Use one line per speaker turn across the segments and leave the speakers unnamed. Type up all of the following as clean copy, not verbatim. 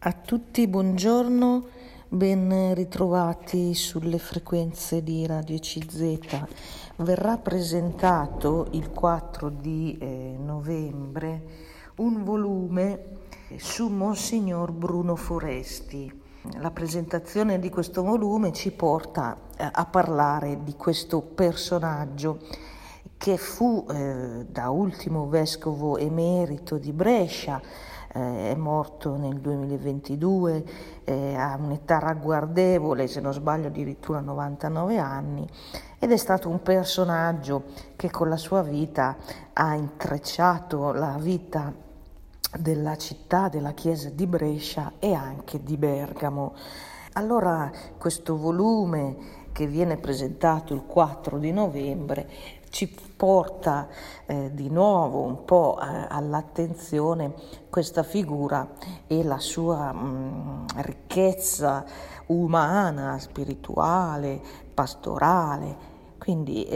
A tutti buongiorno, ben ritrovati sulle frequenze di Radio CZ. Verrà presentato il 4 di novembre un volume su Monsignor Bruno Foresti. La presentazione di questo volume ci porta a parlare di questo personaggio che fu da ultimo vescovo emerito di Brescia. È morto nel 2022, ha un'età ragguardevole, se non sbaglio addirittura 99 anni, ed è stato un personaggio che con la sua vita ha intrecciato la vita della città, della chiesa di Brescia e anche di Bergamo. Allora questo volume che viene presentato il 4 di novembre ci porta di nuovo un po' all'attenzione questa figura e la sua ricchezza umana, spirituale, pastorale. Quindi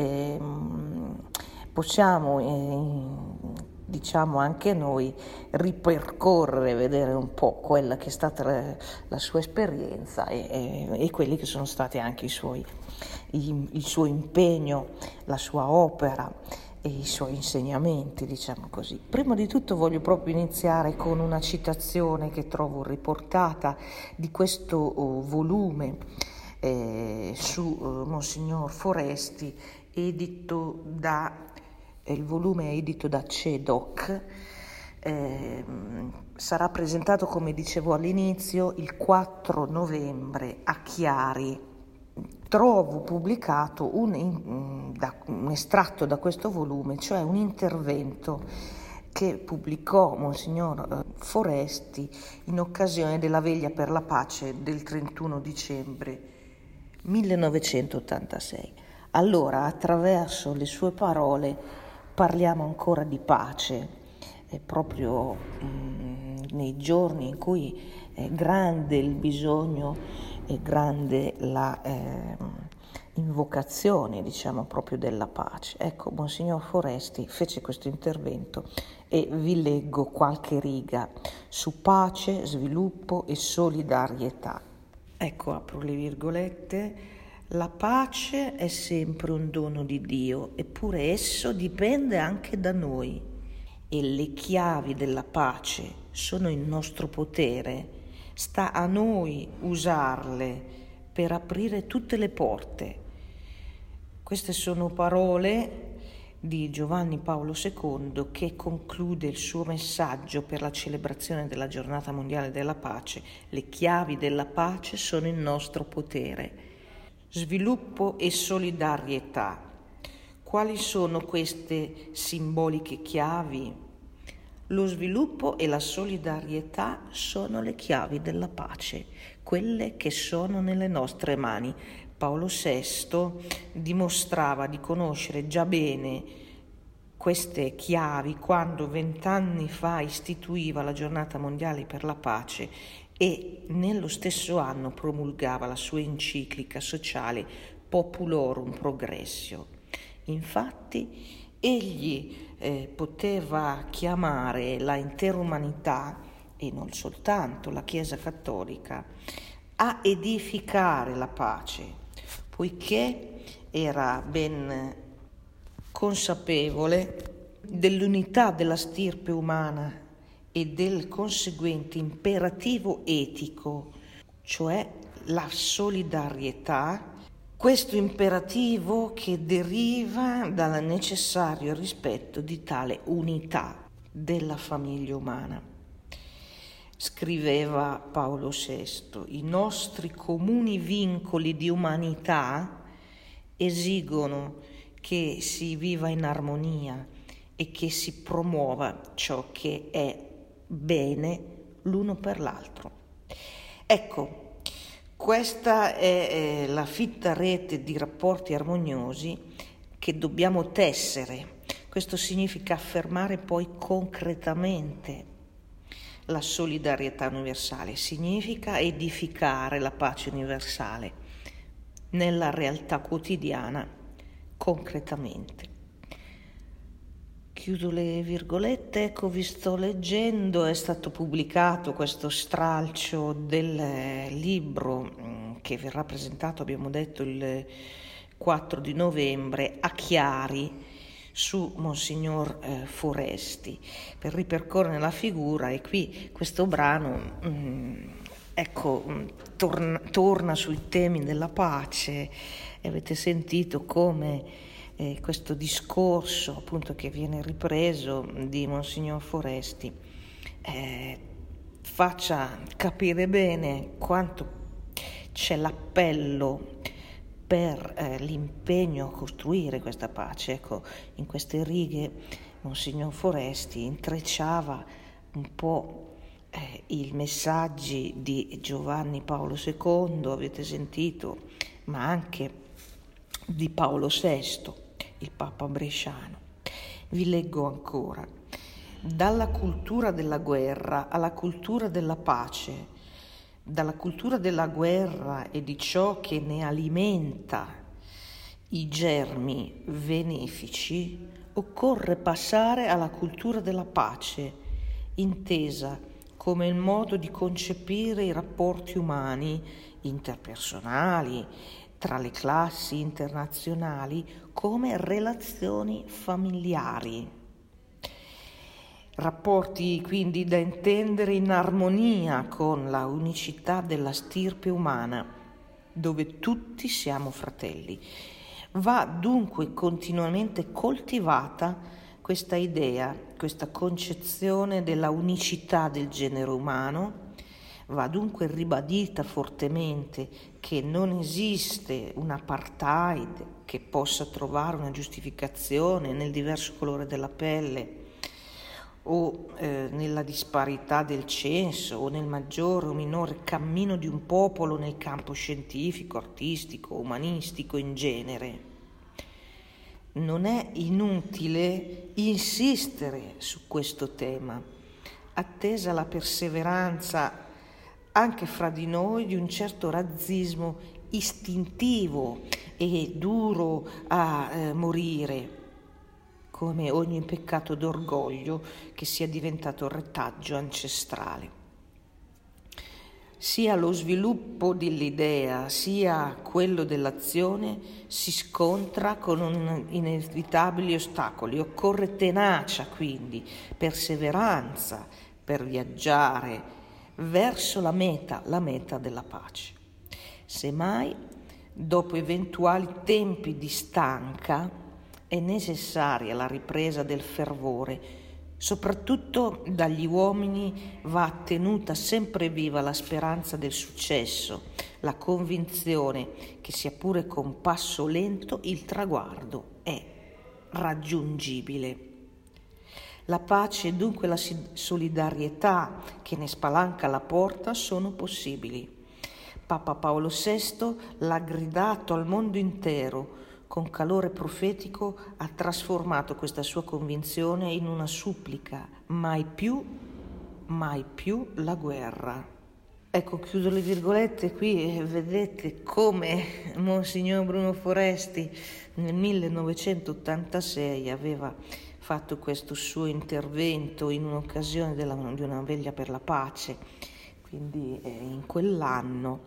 possiamo diciamo anche noi ripercorrere, vedere un po' quella che è stata la sua esperienza e quelli che sono stati anche il suo impegno, la sua opera e i suoi insegnamenti, diciamo così. Prima di tutto voglio proprio iniziare con una citazione che trovo riportata di questo volume su Monsignor Foresti, il volume è edito da CEDOC, sarà presentato, come dicevo all'inizio, il 4 novembre a Chiari. Trovo pubblicato un estratto da questo volume, cioè un intervento che pubblicò Monsignor Foresti in occasione della Veglia per la Pace del 31 dicembre 1986. Allora, attraverso le sue parole, parliamo ancora di pace, proprio nei giorni in cui è grande il bisogno, è grande la invocazione, diciamo, proprio della pace. Ecco, Monsignor Foresti fece questo intervento e vi leggo qualche riga su pace, sviluppo e solidarietà. Ecco, apro le virgolette. La pace è sempre un dono di Dio, eppure esso dipende anche da noi e le chiavi della pace sono in nostro potere. Sta a noi usarle per aprire tutte le porte. Queste sono parole di Giovanni Paolo II, che conclude il suo messaggio per la celebrazione della Giornata Mondiale della Pace. Le chiavi della pace sono in nostro potere. Sviluppo e solidarietà. Quali sono queste simboliche chiavi? Lo sviluppo e la solidarietà sono le chiavi della pace, quelle che sono nelle nostre mani. Paolo VI dimostrava di conoscere già bene queste chiavi quando 20 anni fa istituiva la Giornata Mondiale per la Pace e nello stesso anno promulgava la sua enciclica sociale Populorum Progressio. Infatti egli poteva chiamare la intera umanità, e non soltanto la Chiesa Cattolica, a edificare la pace, poiché era ben consapevole dell'unità della stirpe umana e del conseguente imperativo etico, cioè la solidarietà, questo imperativo che deriva dal necessario rispetto di tale unità della famiglia umana. Scriveva Paolo VI, i nostri comuni vincoli di umanità esigono che si viva in armonia e che si promuova ciò che è bene l'uno per l'altro. Ecco, questa è la fitta rete di rapporti armoniosi che dobbiamo tessere. Questo significa affermare poi concretamente la solidarietà universale, significa edificare la pace universale nella realtà quotidiana concretamente. chiudo le virgolette. Ecco, vi sto leggendo, è stato pubblicato questo stralcio del libro che verrà presentato, abbiamo detto, il 4 di novembre a Chiari su Monsignor Foresti, per ripercorrere la figura. E qui questo brano torna sui temi della pace. Avete sentito come questo discorso, appunto, che viene ripreso di Monsignor Foresti faccia capire bene quanto c'è l'appello per l'impegno a costruire questa pace. Ecco, in queste righe Monsignor Foresti intrecciava un po' i messaggi di Giovanni Paolo II, avete sentito, ma anche di Paolo VI, il Papa bresciano. Vi leggo ancora. Dalla cultura della guerra alla cultura della pace, dalla cultura della guerra e di ciò che ne alimenta i germi benefici, occorre passare alla cultura della pace, intesa come il modo di concepire i rapporti umani, interpersonali, tra le classi internazionali, come relazioni familiari. Rapporti quindi da intendere in armonia con la unicità della stirpe umana, dove tutti siamo fratelli. Va dunque continuamente coltivata questa idea, questa concezione della unicità del genere umano. Va dunque ribadita fortemente che non esiste un apartheid che possa trovare una giustificazione nel diverso colore della pelle o nella disparità del censo o nel maggiore o minore cammino di un popolo nel campo scientifico, artistico, umanistico in genere. Non è inutile insistere su questo tema, attesa la perseveranza anche fra di noi di un certo razzismo istintivo e duro a morire, come ogni peccato d'orgoglio che sia diventato retaggio ancestrale. Sia lo sviluppo dell'idea sia quello dell'azione si scontra con inevitabili ostacoli. Occorre tenacia, quindi, perseveranza per viaggiare verso la meta della pace. Semmai, dopo eventuali tempi di stanca, è necessaria la ripresa del fervore. Soprattutto dagli uomini va tenuta sempre viva la speranza del successo, la convinzione che, sia pure con passo lento, il traguardo è raggiungibile. La pace e dunque la solidarietà che ne spalanca la porta sono possibili. Papa Paolo VI l'ha gridato al mondo intero. Con calore profetico ha trasformato questa sua convinzione in una supplica: mai più la guerra. Ecco, chiudo le virgolette qui e vedete come Monsignor Bruno Foresti nel 1986 aveva fatto questo suo intervento in un'occasione di una veglia per la pace, quindi in quell'anno,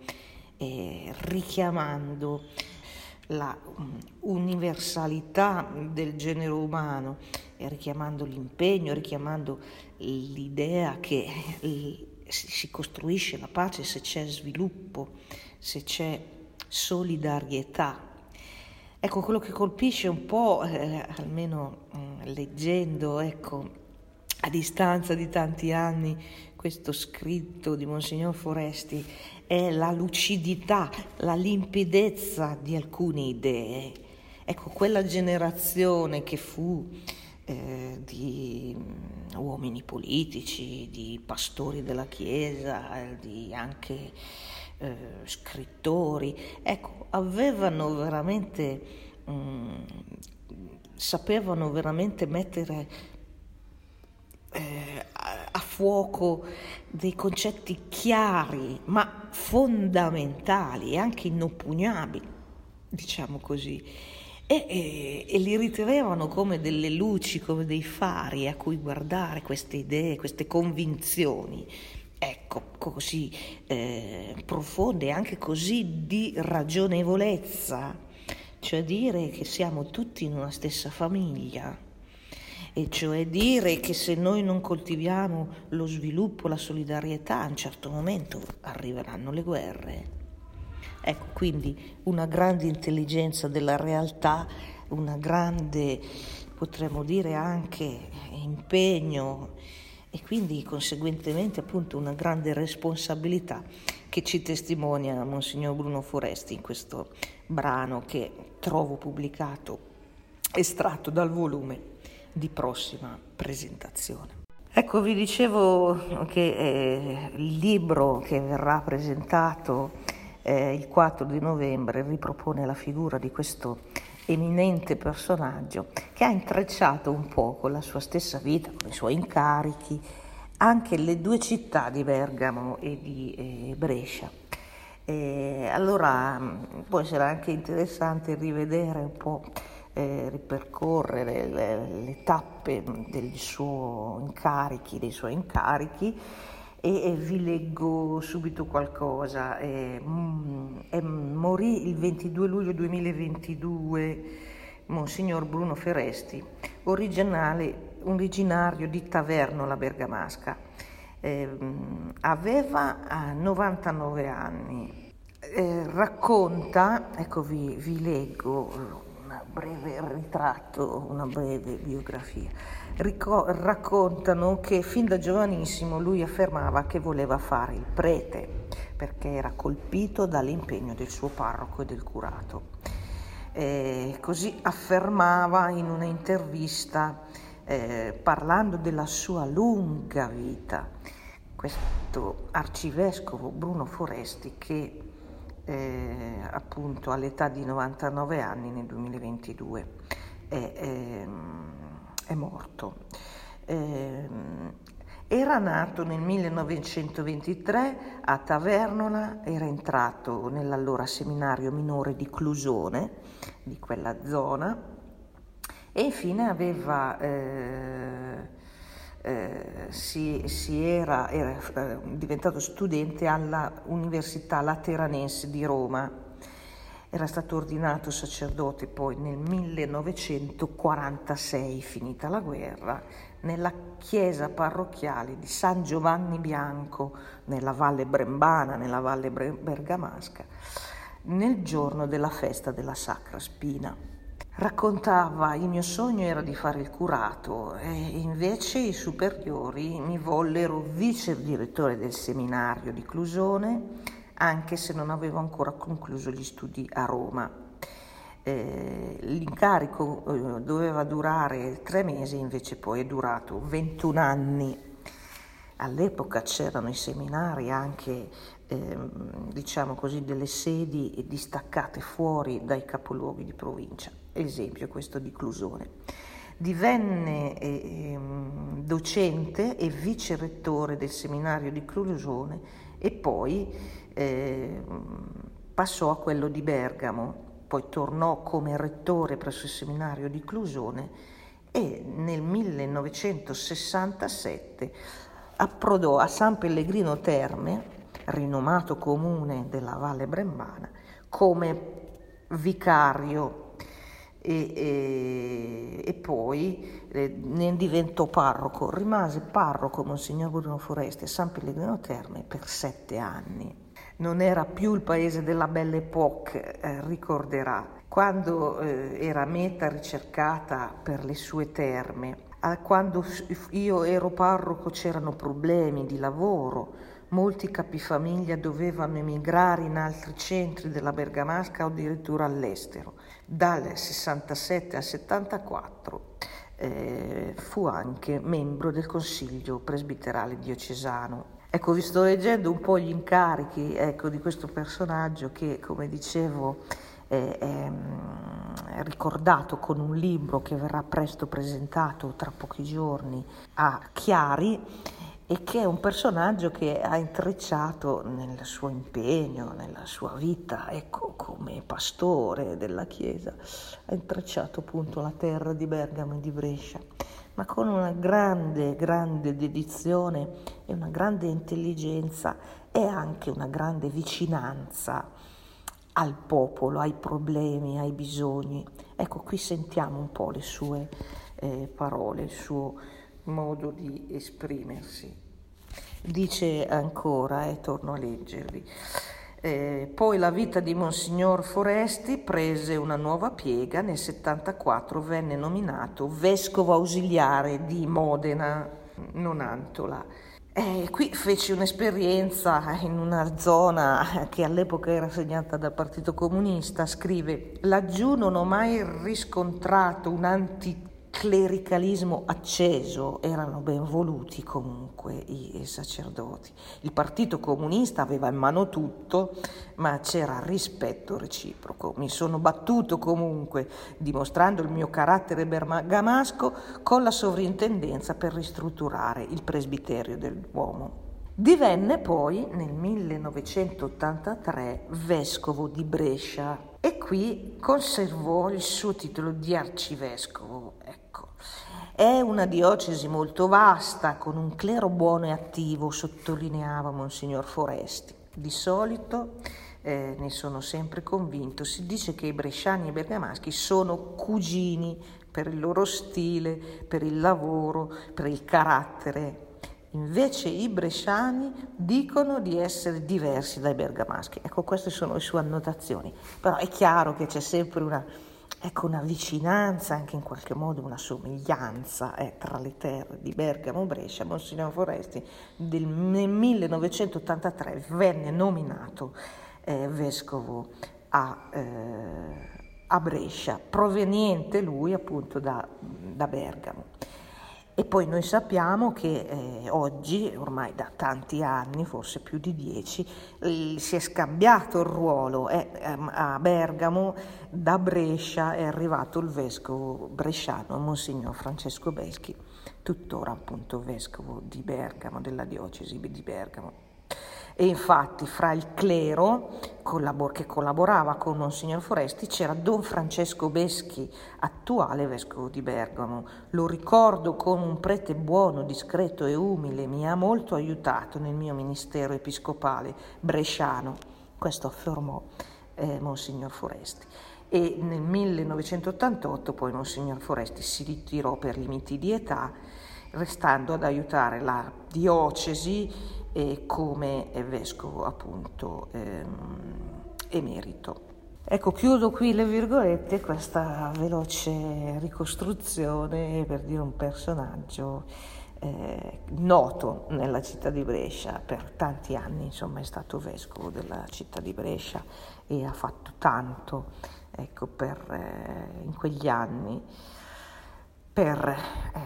richiamando la universalità del genere umano, e richiamando l'impegno, richiamando l'idea che si costruisce la pace se c'è sviluppo, se c'è solidarietà. Ecco, quello che colpisce un po', almeno leggendo, ecco, a distanza di tanti anni, questo scritto di Monsignor Foresti, è la lucidità, la limpidezza di alcune idee. Ecco, quella generazione che fu di uomini politici, di pastori della Chiesa, di anche scrittori, ecco, avevano veramente, sapevano veramente mettere a fuoco dei concetti chiari ma fondamentali e anche inoppugnabili, diciamo così. e li ritenevano come delle luci, come dei fari a cui guardare queste idee, queste convinzioni, ecco, così profonde e anche così di ragionevolezza, cioè dire che siamo tutti in una stessa famiglia, e cioè dire che se noi non coltiviamo lo sviluppo, la solidarietà, a un certo momento arriveranno le guerre. Ecco, quindi una grande intelligenza della realtà, una grande, potremmo dire anche, impegno e quindi conseguentemente appunto una grande responsabilità che ci testimonia Monsignor Bruno Foresti in questo brano che trovo pubblicato, estratto dal volume di prossima presentazione. Ecco, vi dicevo che il libro che verrà presentato il 4 di novembre ripropone la figura di questo eminente personaggio che ha intrecciato un po' con la sua stessa vita, con i suoi incarichi, anche le due città di Bergamo e di Brescia. Allora può essere anche interessante rivedere un po', ripercorrere le tappe dei suoi incarichi e vi leggo subito qualcosa. Morì il 22 luglio 2022 Monsignor Bruno Foresti, originario di Tavernola Bergamasca. Aveva 99 anni. Racconta, ecco vi leggo un breve ritratto, una breve biografia. Raccontano che fin da giovanissimo lui affermava che voleva fare il prete perché era colpito dall'impegno del suo parroco e del curato. Così affermava in una intervista, parlando della sua lunga vita, questo arcivescovo Bruno Foresti che appunto all'età di 99 anni nel 2022 è morto. Era nato nel 1923 a Tavernola, era entrato nell'allora seminario minore di Clusone, di quella zona, e infine aveva era diventato studente alla Università Lateranense di Roma. Era stato ordinato sacerdote poi nel 1946, finita la guerra, nella chiesa parrocchiale di San Giovanni Bianco, nella Valle Brembana, nella Valle Bergamasca, nel giorno della festa della Sacra Spina. Raccontava: il mio sogno era di fare il curato e invece i superiori mi vollero vice direttore del seminario di Clusone, anche se non avevo ancora concluso gli studi a Roma. L'incarico doveva durare 3 mesi, invece poi è durato 21 anni. All'epoca c'erano i seminari anche, diciamo così, delle sedi distaccate fuori dai capoluoghi di provincia, esempio questo di Clusone. Divenne docente e vice rettore del seminario di Clusone e poi passò a quello di Bergamo, poi tornò come rettore presso il seminario di Clusone e nel 1967 approdò a San Pellegrino Terme, rinomato comune della Valle Brembana, come vicario e poi ne diventò parroco. Rimase parroco Monsignor Bruno Foresti a San Pellegrino Terme per 7 anni. Non era più il paese della Belle Époque, ricorderà, quando era meta ricercata per le sue terme. Quando io ero parroco c'erano problemi di lavoro, molti capifamiglia dovevano emigrare in altri centri della Bergamasca o addirittura all'estero. Dal 67 al 74 fu anche membro del Consiglio presbiterale diocesano. Ecco, vi sto leggendo un po' gli incarichi, ecco, di questo personaggio che, come dicevo, è ricordato con un libro che verrà presto presentato tra pochi giorni a Chiari, e che è un personaggio che ha intrecciato nel suo impegno, nella sua vita, ecco, come pastore della Chiesa, ha intrecciato appunto la terra di Bergamo e di Brescia, ma con una grande, grande dedizione e una grande intelligenza e anche una grande vicinanza al popolo, ai problemi, ai bisogni. Ecco, qui sentiamo un po' le sue parole, il suo modo di esprimersi. Dice ancora, torno a leggervi, poi la vita di Monsignor Foresti prese una nuova piega, nel 74 venne nominato vescovo ausiliare di Modena, Nonantola. Qui fece un'esperienza in una zona che all'epoca era segnata dal Partito Comunista, scrive: laggiù non ho mai riscontrato un anticlericalismo acceso, erano ben voluti comunque i sacerdoti. Il Partito Comunista aveva in mano tutto, ma c'era rispetto reciproco. Mi sono battuto comunque, dimostrando il mio carattere bergamasco, con la sovrintendenza per ristrutturare il presbiterio del Duomo. Divenne poi nel 1983 vescovo di Brescia e qui conservò il suo titolo di arcivescovo. Ecco. È una diocesi molto vasta, con un clero buono e attivo, sottolineava Monsignor Foresti. Di solito, ne sono sempre convinto, si dice che i bresciani e i bergamaschi sono cugini per il loro stile, per il lavoro, per il carattere. Invece i bresciani dicono di essere diversi dai bergamaschi. Ecco, queste sono le sue annotazioni. Però è chiaro che c'è sempre una vicinanza, anche in qualche modo una somiglianza tra le terre di Bergamo e Brescia. Monsignor Foresti nel 1983 venne nominato vescovo a Brescia, proveniente lui appunto da Bergamo. E poi noi sappiamo che oggi, ormai da tanti anni, forse più di 10, si è scambiato il ruolo. A Bergamo, da Brescia, è arrivato il vescovo bresciano, Monsignor Francesco Beschi, tuttora appunto vescovo di Bergamo, della diocesi di Bergamo. E infatti fra il clero che collaborava con Monsignor Foresti c'era Don Francesco Beschi, attuale vescovo di Bergamo. Lo ricordo come un prete buono, discreto e umile, mi ha molto aiutato nel mio ministero episcopale bresciano. Questo affermò Monsignor Foresti. E nel 1988 poi Monsignor Foresti si ritirò per limiti di età, restando ad aiutare la diocesi come vescovo appunto emerito. Ecco, chiudo qui le virgolette, questa veloce ricostruzione per dire un personaggio noto nella città di Brescia. Per tanti anni insomma è stato vescovo della città di Brescia e ha fatto tanto, ecco, in quegli anni per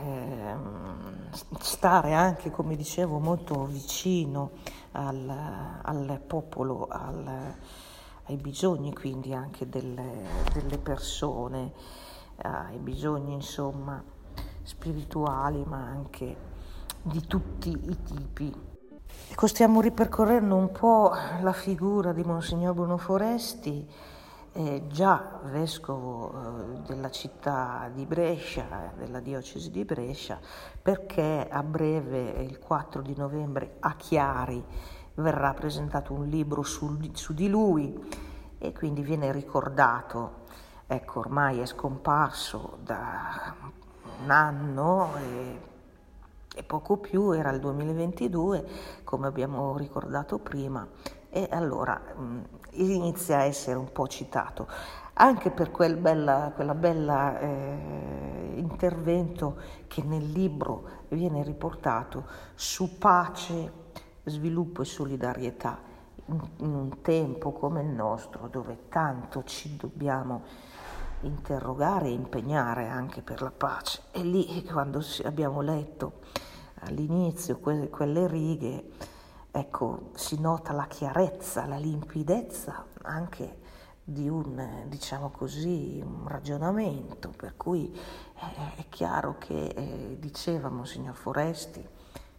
stare anche, come dicevo, molto vicino al popolo, ai bisogni quindi anche delle persone, ai bisogni insomma spirituali, ma anche di tutti i tipi. Ecco, stiamo ripercorrendo un po' la figura di Monsignor Bruno Foresti, già vescovo della città di Brescia, della diocesi di Brescia, perché a breve, il 4 di novembre, a Chiari verrà presentato un libro su di lui e quindi viene ricordato. Ecco, ormai è scomparso da un anno e poco più, era il 2022, come abbiamo ricordato prima, e allora inizia a essere un po' citato, anche per quella bella intervento che nel libro viene riportato su pace, sviluppo e solidarietà, in un tempo come il nostro, dove tanto ci dobbiamo interrogare e impegnare anche per la pace. E lì, quando abbiamo letto all'inizio quelle righe, ecco, si nota la chiarezza, la limpidezza anche di un, diciamo così, un ragionamento, per cui è chiaro che diceva Monsignor Foresti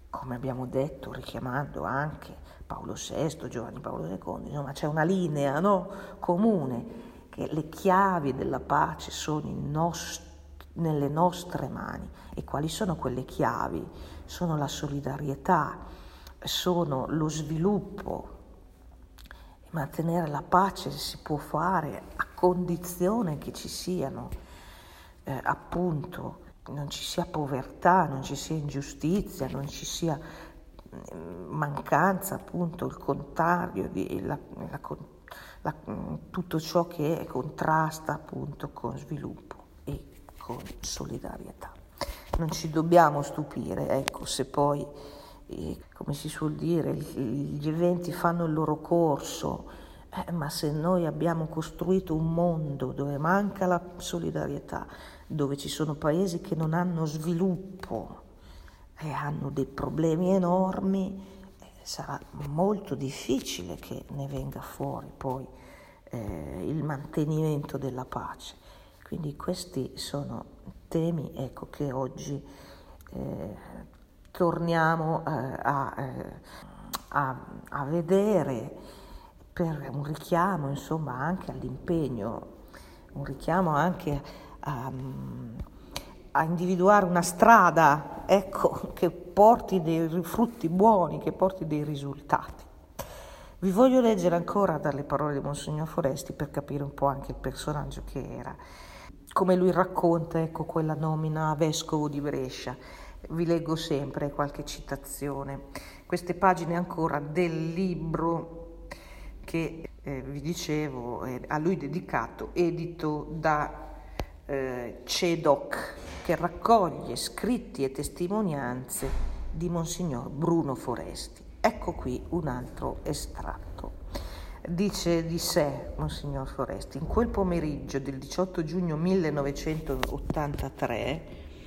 come abbiamo detto, richiamando anche Paolo VI, Giovanni Paolo II, insomma c'è una linea, no, comune, che le chiavi della pace sono nelle nostre mani. E quali sono quelle chiavi? Sono la solidarietà, sono lo sviluppo. Mantenere la pace si può fare a condizione che ci siano appunto, non ci sia povertà, non ci sia ingiustizia, non ci sia mancanza, appunto il contrario di tutto ciò che contrasta appunto con sviluppo e con solidarietà. Non ci dobbiamo stupire, ecco, se poi, come si suol dire, gli eventi fanno il loro corso, ma se noi abbiamo costruito un mondo dove manca la solidarietà, dove ci sono paesi che non hanno sviluppo e hanno dei problemi enormi, sarà molto difficile che ne venga fuori poi il mantenimento della pace. Quindi questi sono temi, ecco, che oggi torniamo a vedere per un richiamo, insomma, anche all'impegno, un richiamo anche a individuare una strada, ecco, che porti dei frutti buoni, che porti dei risultati. Vi voglio leggere ancora dalle parole di Monsignor Foresti per capire un po' anche il personaggio che era, come lui racconta, ecco, quella nomina a vescovo di Brescia. Vi leggo sempre qualche citazione, queste pagine ancora del libro che vi dicevo, a lui dedicato, edito da CEDOC, che raccoglie scritti e testimonianze di Monsignor Bruno Foresti. Ecco qui un altro estratto. Dice di sé Monsignor Foresti: in quel pomeriggio del 18 giugno 1983,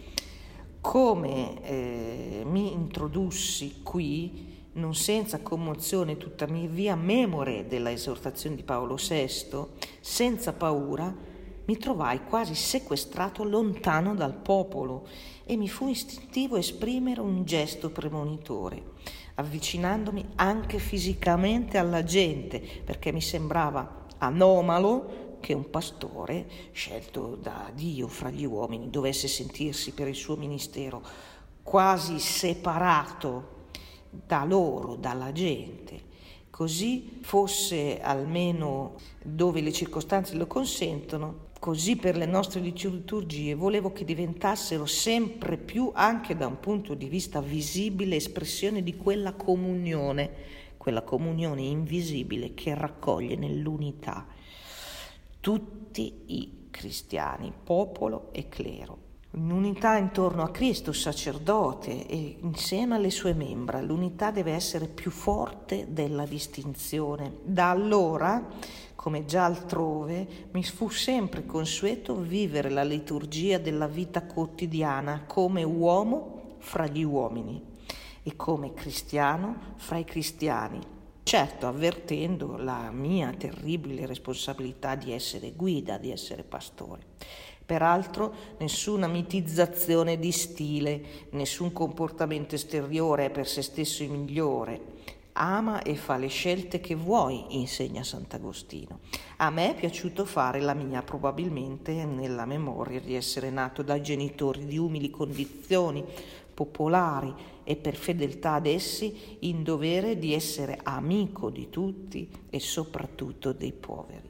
come mi introdussi qui, non senza commozione tuttavia memore della esortazione di Paolo VI, senza paura, mi trovai quasi sequestrato lontano dal popolo e mi fu istintivo esprimere un gesto premonitore, avvicinandomi anche fisicamente alla gente, perché mi sembrava anomalo che un pastore scelto da Dio fra gli uomini dovesse sentirsi per il suo ministero quasi separato da loro, dalla gente. Così fosse almeno dove le circostanze lo consentono, così per le nostre liturgie volevo che diventassero sempre più, anche da un punto di vista visibile, espressione di quella comunione invisibile che raccoglie nell'unità tutti i cristiani, popolo e clero. Un'unità intorno a Cristo, sacerdote, e insieme alle sue membra. L'unità deve essere più forte della distinzione. Da allora, come già altrove, mi fu sempre consueto vivere la liturgia della vita quotidiana come uomo fra gli uomini e come cristiano fra i cristiani, certo avvertendo la mia terribile responsabilità di essere guida, di essere pastore. Peraltro nessuna mitizzazione di stile, nessun comportamento esteriore è per se stesso il migliore. Ama e fa le scelte che vuoi, insegna Sant'Agostino. A me è piaciuto fare la mia, probabilmente nella memoria di essere nato dai genitori di umili condizioni, popolari, e per fedeltà ad essi in dovere di essere amico di tutti e soprattutto dei poveri.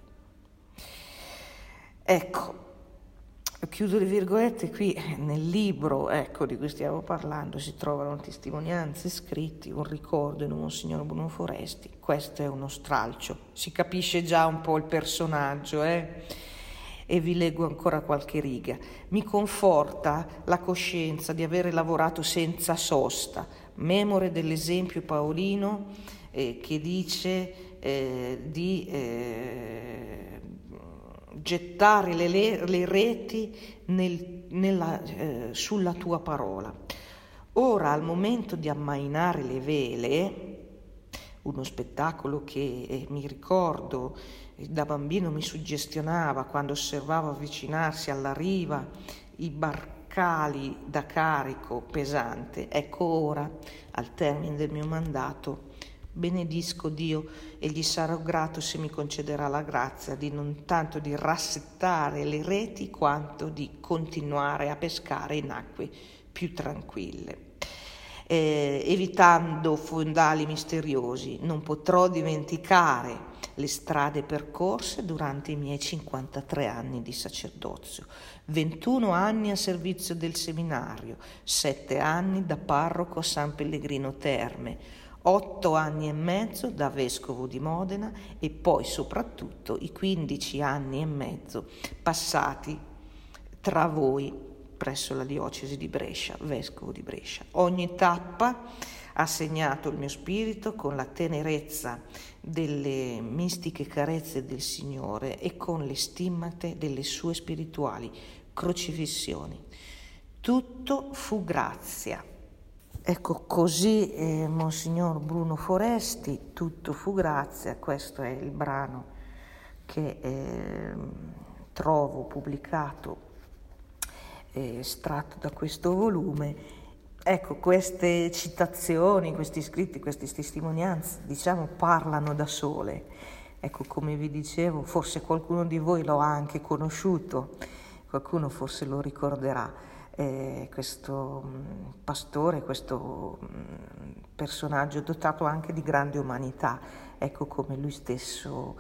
Ecco, chiudo le virgolette. Qui nel libro, ecco, di cui stiamo parlando si trovano testimonianze, scritti, un ricordo di Monsignor Bruno Foresti. Questo è uno stralcio, si capisce già un po' il personaggio, E vi leggo ancora qualche riga. Mi conforta la coscienza di avere lavorato senza sosta, memore dell'esempio paolino che dice di gettare le reti sulla tua parola. Ora, al momento di ammainare le vele, uno spettacolo che mi ricordo da bambino mi suggestionava quando osservavo avvicinarsi alla riva i barconi cali da carico pesante. Ecco ora, al termine del mio mandato, benedisco Dio e gli sarò grato se mi concederà la grazia di non tanto di rassettare le reti quanto di continuare a pescare in acque più tranquille. Evitando fondali misteriosi, non potrò dimenticare le strade percorse durante i miei 53 anni di sacerdozio, 21 anni a servizio del seminario, 7 anni da parroco a San Pellegrino Terme, 8 anni e mezzo da vescovo di Modena e poi soprattutto i 15 anni e mezzo passati tra voi presso la diocesi di Brescia, vescovo di Brescia. Ogni tappa ha segnato il mio spirito con la tenerezza delle mistiche carezze del Signore e con le stimmate delle sue spirituali crocifissioni. Tutto fu grazia. Ecco, così Monsignor Bruno Foresti, tutto fu grazia. Questo è il brano che trovo pubblicato, estratto da questo volume. Ecco, queste citazioni, questi scritti, queste testimonianze, diciamo, parlano da sole. Ecco, come vi dicevo, forse qualcuno di voi lo ha anche conosciuto, qualcuno forse lo ricorderà. Questo pastore, questo personaggio dotato anche di grande umanità, ecco come lui stesso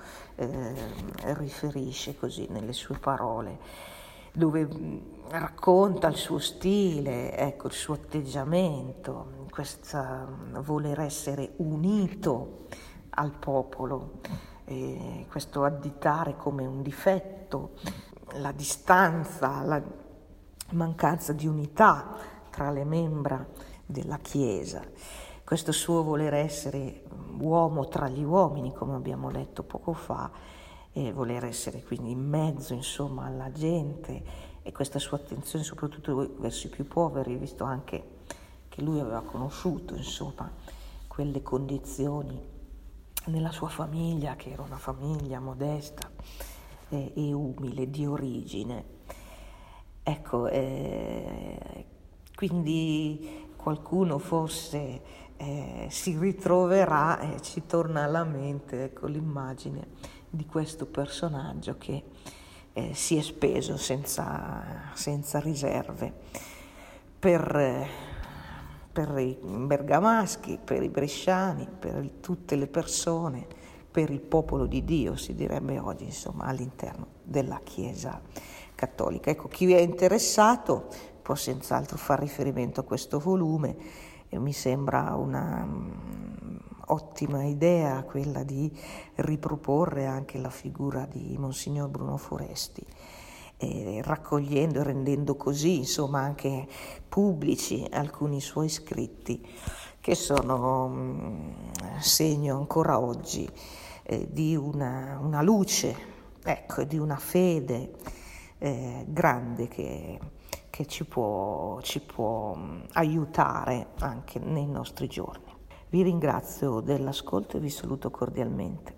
riferisce così nelle sue parole, dove racconta il suo stile, ecco, il suo atteggiamento, questo voler essere unito al popolo, questo additare come un difetto, la distanza, la mancanza di unità tra le membra della Chiesa, questo suo voler essere uomo tra gli uomini, come abbiamo letto poco fa, e voler essere quindi in mezzo, insomma, alla gente, e questa sua attenzione soprattutto verso i più poveri, visto anche che lui aveva conosciuto, insomma, quelle condizioni nella sua famiglia, che era una famiglia modesta e umile di origine. Ecco, quindi qualcuno forse si ritroverà e ci torna alla mente, ecco, l'immagine di questo personaggio che si è speso senza riserve per i bergamaschi, per i bresciani, per tutte le persone, per il popolo di Dio, si direbbe oggi, insomma, all'interno della Chiesa cattolica. Ecco, chi è interessato può senz'altro far riferimento a questo volume, e mi sembra una ottima idea quella di riproporre anche la figura di Monsignor Bruno Foresti, raccogliendo e rendendo così, insomma, anche pubblici alcuni suoi scritti che sono segno ancora oggi di una luce, ecco, di una fede grande che ci può aiutare anche nei nostri giorni. Vi ringrazio dell'ascolto e vi saluto cordialmente.